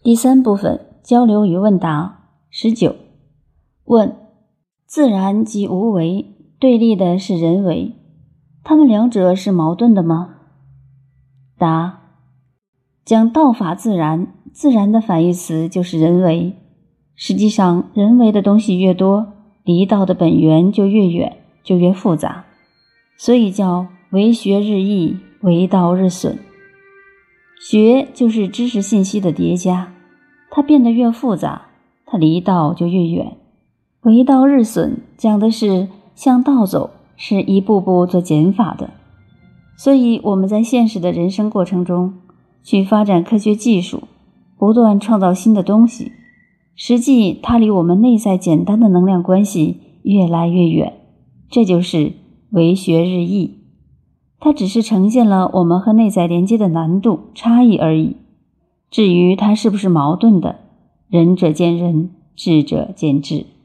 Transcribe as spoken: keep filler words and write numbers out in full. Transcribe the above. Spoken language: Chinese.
第三部分，交流与问答。十九。问：自然及无为对立的是人为，它们两者是矛盾的吗？答：讲道法自然，自然的反义词就是人为。实际上，人为的东西越多，离道的本源就越远，就越复杂，所以叫为学日益，为道日损。学就是知识信息的叠加，它变得越复杂，它离道就越远。为道日损讲的是向道走，是一步步做减法的。所以我们在现实的人生过程中去发展科学技术，不断创造新的东西，实际它离我们内在简单的能量关系越来越远，这就是为学日益。它只是呈现了我们和内在连接的难度差异而已。至于它是不是矛盾的，仁者见仁，智者见智。